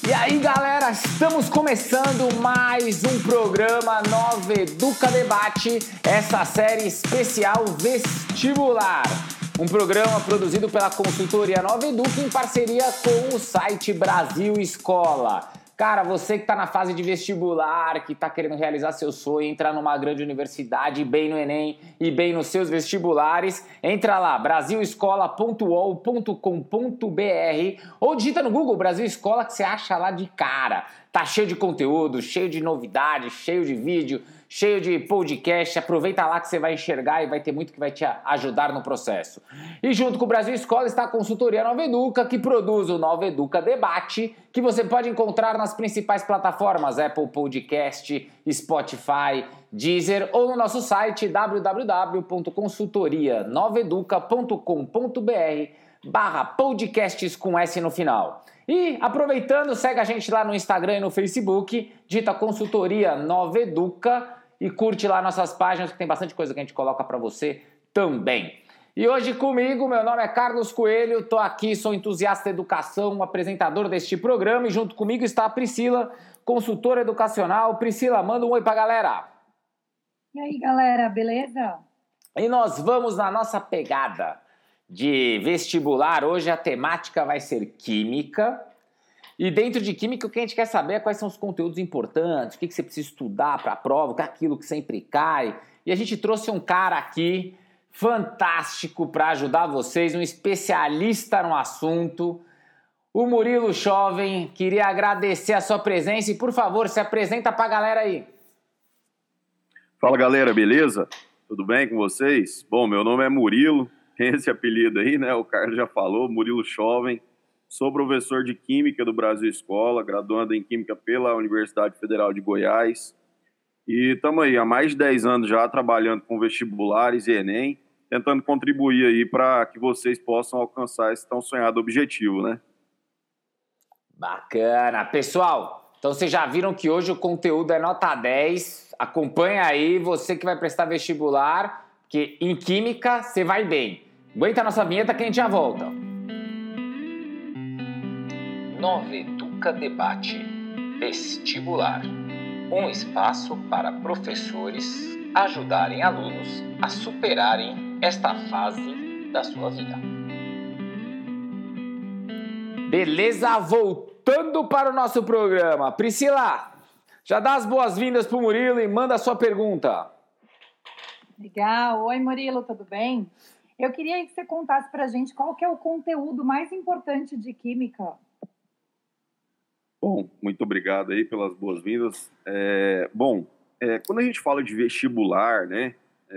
E aí, galera, estamos começando mais um programa Nova Educa Debate, essa série especial vestibular. Um programa produzido pela consultoria Nova Educa em parceria com o site Brasil Escola. Cara, você que está na fase de vestibular, que está querendo realizar seu sonho, entrar numa grande universidade, bem no Enem e bem nos seus vestibulares, entra lá, brasilescola.uol.com.br ou digita no Google Brasil Escola que você acha lá de cara. Tá cheio de conteúdo, cheio de novidades, cheio de vídeo, cheio de podcast. Aproveita lá que você vai enxergar e vai ter muito que vai te ajudar no processo. E junto com o Brasil Escola está a consultoria Nova Educa, que produz o Nova Educa Debate, que você pode encontrar nas principais plataformas Apple Podcast, Spotify, Deezer ou no nosso site www.consultoria-noveduca.com.br/podcasts com S no final. E aproveitando, segue a gente lá no Instagram e no Facebook, digita Consultoria Nova Educa e curte lá nossas páginas que tem bastante coisa que a gente coloca para você também. E hoje comigo, meu nome é Carlos Coelho, tô aqui, sou entusiasta de educação, apresentador deste programa e junto comigo está a Priscila, consultora educacional. Priscila, manda um oi pra galera. E aí, galera, beleza? E nós vamos na nossa pegada de vestibular. Hoje a temática vai ser Química. E dentro de Química o que a gente quer saber é quais são os conteúdos importantes, o que você precisa estudar para a prova, aquilo que sempre cai. E a gente trouxe um cara aqui fantástico para ajudar vocês, um especialista no assunto, o Murilo Jovem. Queria agradecer a sua presença e, por favor, se apresenta para a galera aí. Fala, galera, beleza? Tudo bem com vocês? Bom, meu nome é Murilo, tem esse apelido aí, né? O Carlos já falou, Murilo Jovem. Sou professor de Química do Brasil Escola, graduando em Química pela Universidade Federal de Goiás. E estamos aí há mais de 10 anos já trabalhando com vestibulares e Enem, tentando contribuir aí para que vocês possam alcançar esse tão sonhado objetivo, né? Bacana. Pessoal, então vocês já viram que hoje o conteúdo é nota 10. Acompanha aí, você que vai prestar vestibular, que em Química você vai bem. Aguenta a nossa vinheta que a gente já volta. Nova Educa Debate Vestibular. Um espaço para professores ajudarem alunos a superarem esta fase da sua vida. Beleza? Voltando para o nosso programa. Priscila, já dá as boas-vindas para o Murilo e manda a sua pergunta. Legal. Oi, Murilo, tudo bem? Eu queria que você contasse para a gente qual que é o conteúdo mais importante de Química. Bom, muito obrigado aí pelas boas-vindas. Quando a gente fala de vestibular, né,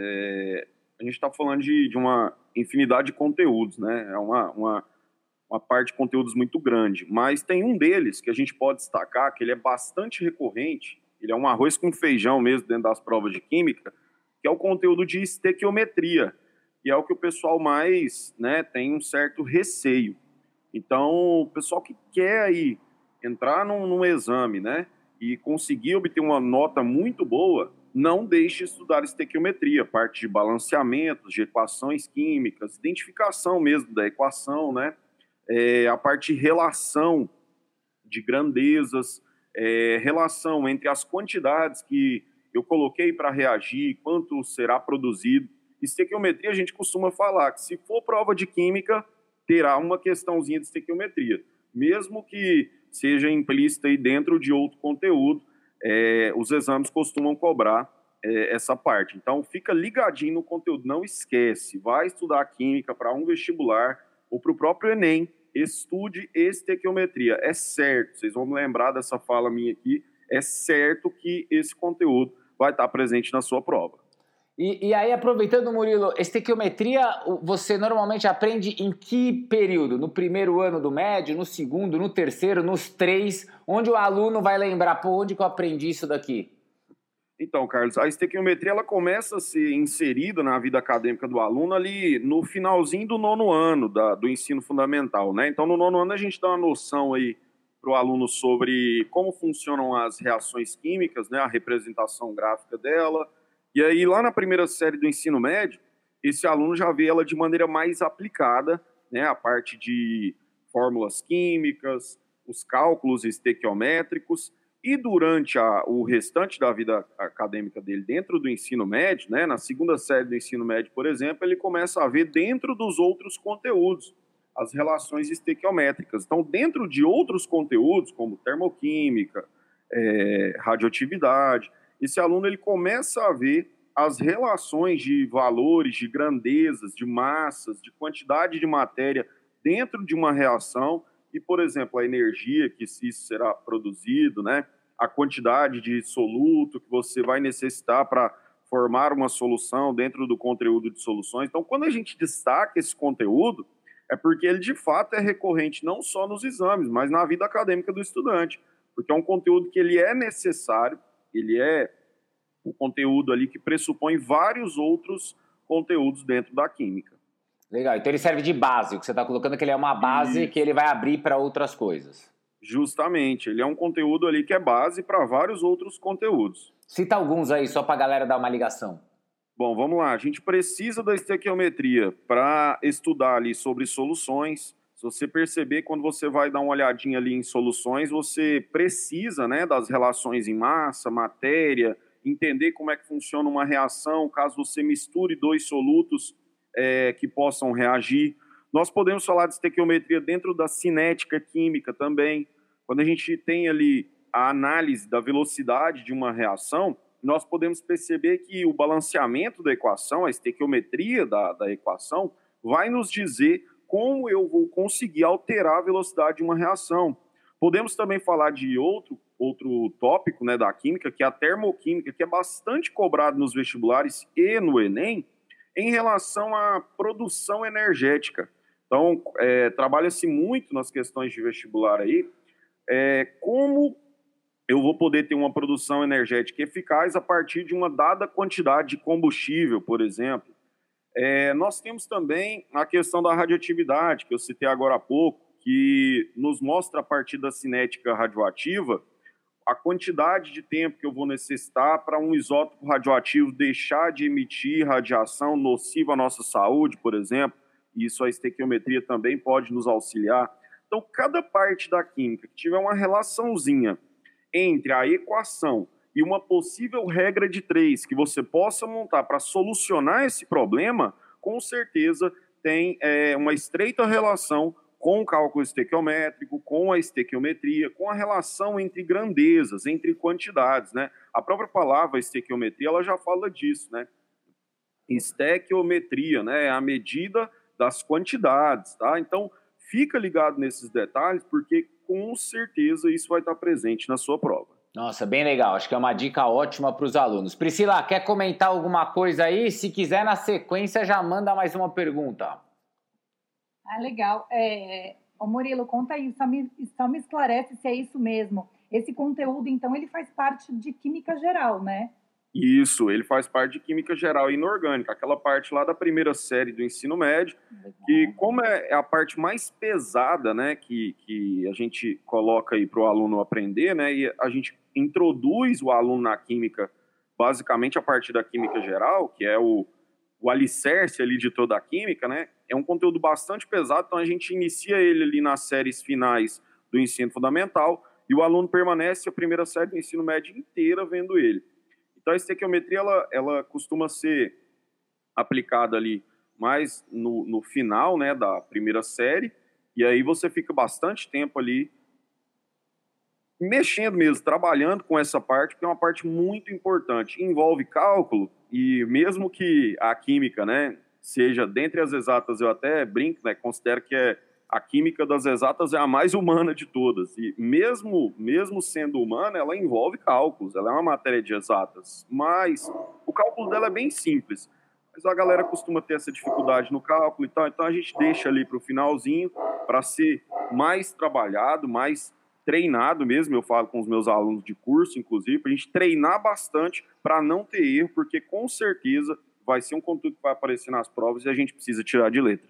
a gente está falando de uma infinidade de conteúdos, né? É uma parte de conteúdos muito grande, mas tem um deles que a gente pode destacar, que ele é bastante recorrente, ele é um arroz com feijão mesmo dentro das provas de Química, que é o conteúdo de estequiometria, que é o que o pessoal mais, né, tem um certo receio. Então, o pessoal que quer aí entrar num exame, né, e conseguir obter uma nota muito boa, não deixe de estudar estequiometria, parte de balanceamentos, de equações químicas, identificação mesmo da equação, né, a parte de relação de grandezas, relação entre as quantidades que eu coloquei para reagir, quanto será produzido. Estequiometria a gente costuma falar que se for prova de Química, terá uma questãozinha de estequiometria, mesmo que seja implícita aí dentro de outro conteúdo, os exames costumam cobrar essa parte. Então, fica ligadinho no conteúdo, não esquece, vai estudar Química para um vestibular ou para o próprio Enem, estude estequiometria. É certo, vocês vão me lembrar dessa fala minha aqui, é certo que esse conteúdo vai estar presente na sua prova. E aí, aproveitando, Murilo, estequiometria você normalmente aprende em que período? No primeiro ano do médio, no segundo, no terceiro, nos 3? Onde o aluno vai lembrar, onde que eu aprendi isso daqui? Então, Carlos, a estequiometria ela começa a ser inserida na vida acadêmica do aluno ali no finalzinho do 9º ano do ensino fundamental, né? Então, no 9º ano a gente dá uma noção aí para o aluno sobre como funcionam as reações químicas, né? A representação gráfica dela. E aí, lá na primeira série do ensino médio, esse aluno já vê ela de maneira mais aplicada, né? A parte de fórmulas químicas, os cálculos estequiométricos, e durante o restante da vida acadêmica dele dentro do ensino médio, né, na segunda série do ensino médio, por exemplo, ele começa a ver dentro dos outros conteúdos as relações estequiométricas. Então, dentro de outros conteúdos, como termoquímica, radioatividade, esse aluno ele começa a ver as relações de valores, de grandezas, de massas, de quantidade de matéria dentro de uma reação e, por exemplo, a energia que isso será produzido, né? A quantidade de soluto que você vai necessitar para formar uma solução dentro do conteúdo de soluções. Então, quando a gente destaca esse conteúdo, é porque ele, de fato, é recorrente não só nos exames, mas na vida acadêmica do estudante, porque é um conteúdo que ele é necessário, ele é o conteúdo ali que pressupõe vários outros conteúdos dentro da química. Legal, então ele serve de base, o que você está colocando é que ele é uma base que ele vai abrir para outras coisas. Justamente, ele é um conteúdo ali que é base para vários outros conteúdos. Cita alguns aí, só para a galera dar uma ligação. Bom, vamos lá. A gente precisa da estequiometria para estudar ali sobre soluções. Se você perceber, quando você vai dar uma olhadinha ali em soluções, você precisa, né, das relações em massa, matéria, entender como é que funciona uma reação, caso você misture dois solutos que possam reagir. Nós podemos falar de estequiometria dentro da cinética química também. Quando a gente tem ali a análise da velocidade de uma reação, nós podemos perceber que o balanceamento da equação, a estequiometria da equação, vai nos dizer como eu vou conseguir alterar a velocidade de uma reação. Podemos também falar de outro tópico, né, da química, que é a termoquímica, que é bastante cobrado nos vestibulares e no Enem, em relação à produção energética. Então, trabalha-se muito nas questões de vestibular aí, como eu vou poder ter uma produção energética eficaz a partir de uma dada quantidade de combustível, por exemplo. Nós temos também a questão da radioatividade, que eu citei agora há pouco, que nos mostra a partir da cinética radioativa a quantidade de tempo que eu vou necessitar para um isótopo radioativo deixar de emitir radiação nociva à nossa saúde, por exemplo. Isso a estequiometria também pode nos auxiliar. Então, cada parte da química que tiver uma relaçãozinha entre a equação e uma possível regra de 3 que você possa montar para solucionar esse problema, com certeza tem uma estreita relação com o cálculo estequiométrico, com a estequiometria, com a relação entre grandezas, entre quantidades, né? A própria palavra estequiometria, ela já fala disso, né? Estequiometria, né? É a medida das quantidades, tá? Então, fica ligado nesses detalhes, porque com certeza isso vai estar presente na sua prova. Nossa, bem legal. Acho que é uma dica ótima para os alunos. Priscila, quer comentar alguma coisa aí? Se quiser, na sequência, já manda mais uma pergunta. Ah, legal. Ô Murilo, conta aí, só me esclarece se é isso mesmo. Esse conteúdo, então, ele faz parte de química geral, né? Isso, ele faz parte de química geral e inorgânica, aquela parte lá da primeira série do ensino médio, que como é a parte mais pesada, né, que a gente coloca aí para o aluno aprender, né, e a gente introduz o aluno na química basicamente a partir da química geral, que é o alicerce ali de toda a química, né, é um conteúdo bastante pesado, então a gente inicia ele ali nas séries finais do ensino fundamental e o aluno permanece a primeira série do ensino médio inteira vendo ele. Então, a estequiometria, ela costuma ser aplicada ali mais no final, né, da primeira série, e aí você fica bastante tempo ali mexendo mesmo, trabalhando com essa parte, porque é uma parte muito importante. Envolve cálculo, e mesmo que a química, né, seja dentre as exatas, eu até brinco, né, considero que a química das exatas é a mais humana de todas. E mesmo sendo humana, ela envolve cálculos, ela é uma matéria de exatas. Mas o cálculo dela é bem simples. Mas a galera costuma ter essa dificuldade no cálculo e tal. Então a gente deixa ali para o finalzinho, para ser mais trabalhado, mais treinado mesmo. Eu falo com os meus alunos de curso, inclusive, para a gente treinar bastante para não ter erro, porque com certeza vai ser um conteúdo que vai aparecer nas provas e a gente precisa tirar de letra.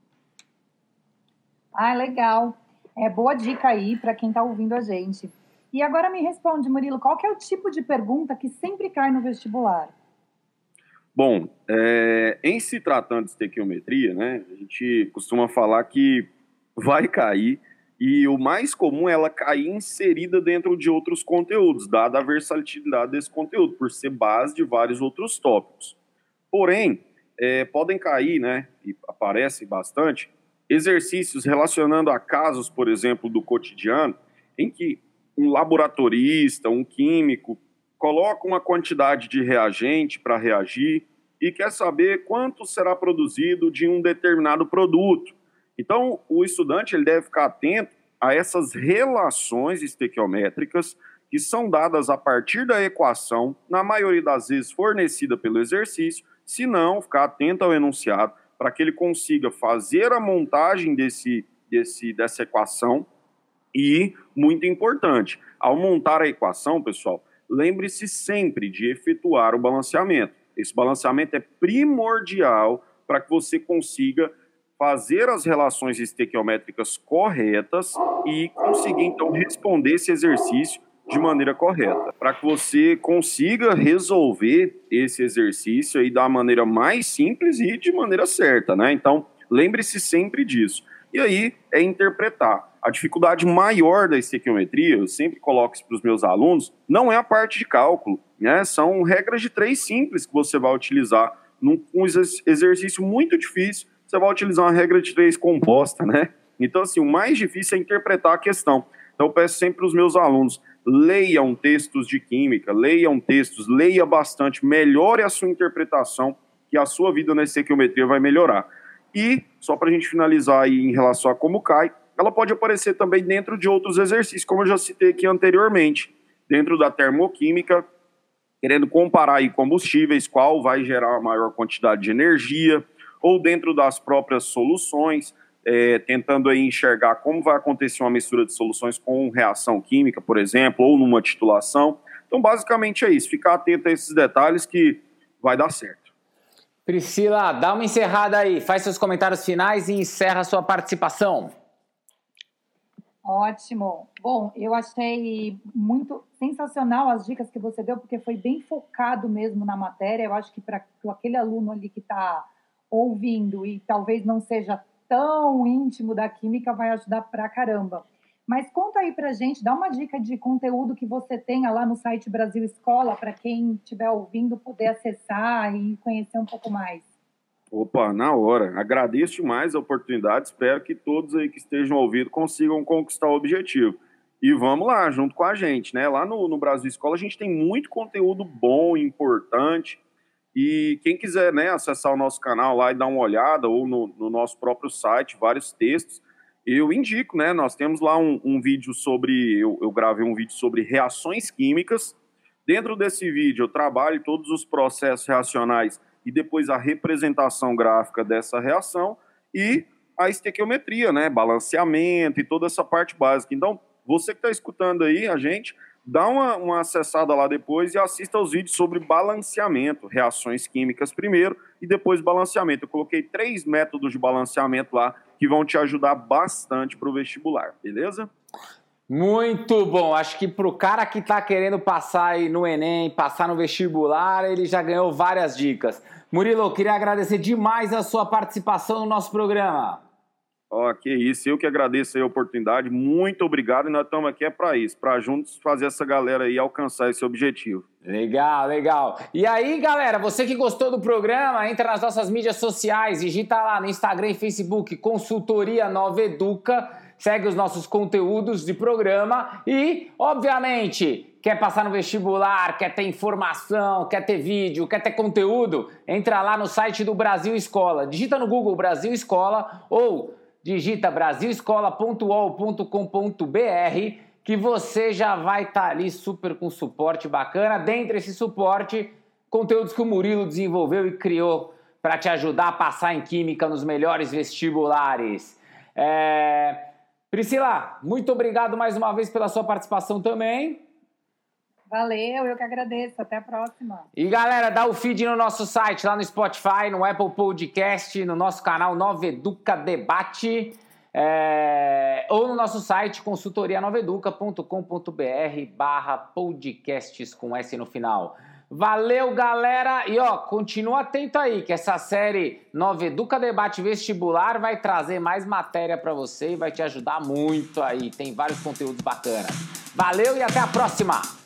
Ah, legal. Boa dica aí para quem está ouvindo a gente. E agora me responde, Murilo, qual que é o tipo de pergunta que sempre cai no vestibular? Bom, em se tratando de estequiometria, né, a gente costuma falar que vai cair E o mais comum é ela cair inserida dentro de outros conteúdos, dada a versatilidade desse conteúdo, por ser base de vários outros tópicos. Porém, podem cair, né, e aparecem bastante, exercícios relacionando a casos, por exemplo, do cotidiano, em que um laboratorista, um químico, coloca uma quantidade de reagente para reagir e quer saber quanto será produzido de um determinado produto. Então, o estudante ele deve ficar atento a essas relações estequiométricas que são dadas a partir da equação, na maioria das vezes fornecida pelo exercício, se não, ficar atento ao enunciado para que ele consiga fazer a montagem dessa equação. E, muito importante, ao montar a equação, pessoal, lembre-se sempre de efetuar o balanceamento. Esse balanceamento é primordial para que você consiga fazer as relações estequiométricas corretas e conseguir, então, responder esse exercício de maneira correta, para que você consiga resolver esse exercício aí da maneira mais simples e de maneira certa, né? Então, lembre-se sempre disso. E aí, é interpretar. A dificuldade maior da estequiometria, eu sempre coloco isso para os meus alunos, não é a parte de cálculo, né? São regras de 3 simples que você vai utilizar num exercício muito difícil. Você vai utilizar uma regra de 3 composta, né? Então, assim, o mais difícil é interpretar a questão. Então, eu peço sempre para os meus alunos, leiam textos de química, leiam textos, leia bastante, melhore a sua interpretação, que a sua vida na estequiometria vai melhorar. E, só para a gente finalizar aí em relação a como cai, ela pode aparecer também dentro de outros exercícios, como eu já citei aqui anteriormente, dentro da termoquímica, querendo comparar aí combustíveis, qual vai gerar a maior quantidade de energia, ou dentro das próprias soluções, tentando aí enxergar como vai acontecer uma mistura de soluções com reação química, por exemplo, ou numa titulação. Então, basicamente é isso, ficar atento a esses detalhes que vai dar certo. Priscila, dá uma encerrada aí, faz seus comentários finais e encerra a sua participação. Ótimo. Bom, eu achei muito sensacional as dicas que você deu, porque foi bem focado mesmo na matéria. Eu acho que para aquele aluno ali que está ouvindo e talvez não seja tão íntimo da química, vai ajudar pra caramba. Mas conta aí pra gente, dá uma dica de conteúdo que você tenha lá no site Brasil Escola, para quem estiver ouvindo poder acessar e conhecer um pouco mais. Opa, na hora. Agradeço demais a oportunidade, espero que todos aí que estejam ouvindo consigam conquistar o objetivo. E vamos lá, junto com a gente, né? Lá no Brasil Escola a gente tem muito conteúdo bom e importante. E quem quiser, né, acessar o nosso canal lá e dar uma olhada, ou no nosso próprio site, vários textos, eu indico, né? Nós temos lá um vídeo sobre... Eu gravei um vídeo sobre reações químicas. Dentro desse vídeo eu trabalho todos os processos reacionais e depois a representação gráfica dessa reação e a estequiometria, né? Balanceamento e toda essa parte básica. Então, você que está escutando aí, a gente, dá uma acessada lá depois e assista aos vídeos sobre balanceamento, reações químicas primeiro e depois balanceamento. Eu coloquei 3 métodos de balanceamento lá que vão te ajudar bastante para o vestibular, beleza? Muito bom, acho que pro cara que tá querendo passar aí no Enem, passar no vestibular, ele já ganhou várias dicas. Murilo, eu queria agradecer demais a sua participação no nosso programa. Ó, que isso, eu que agradeço aí a oportunidade, muito obrigado e nós estamos aqui para isso, para juntos fazer essa galera aí alcançar esse objetivo. Legal, legal. E aí, galera, você que gostou do programa, entra nas nossas mídias sociais, digita lá no Instagram e Facebook, Consultoria Nova Educa, segue os nossos conteúdos de programa e, obviamente, quer passar no vestibular, quer ter informação, quer ter vídeo, quer ter conteúdo, entra lá no site do Brasil Escola. Digita no Google Brasil Escola ou digita brasilescola.ol.com.br que você já vai estar ali super com suporte bacana. Dentro desse suporte, conteúdos que o Murilo desenvolveu e criou para te ajudar a passar em Química nos melhores vestibulares. Priscila, muito obrigado mais uma vez pela sua participação também. Valeu, eu que agradeço. Até a próxima. E galera, dá o feed no nosso site, lá no Spotify, no Apple Podcast, no nosso canal Nova Educa Debate, ou no nosso site consultorianovaeduca.com.br/podcasts com S no final. Valeu, galera! E ó, continua atento aí, que essa série Nova Educa Debate Vestibular vai trazer mais matéria pra você e vai te ajudar muito aí. Tem vários conteúdos bacanas. Valeu e até a próxima!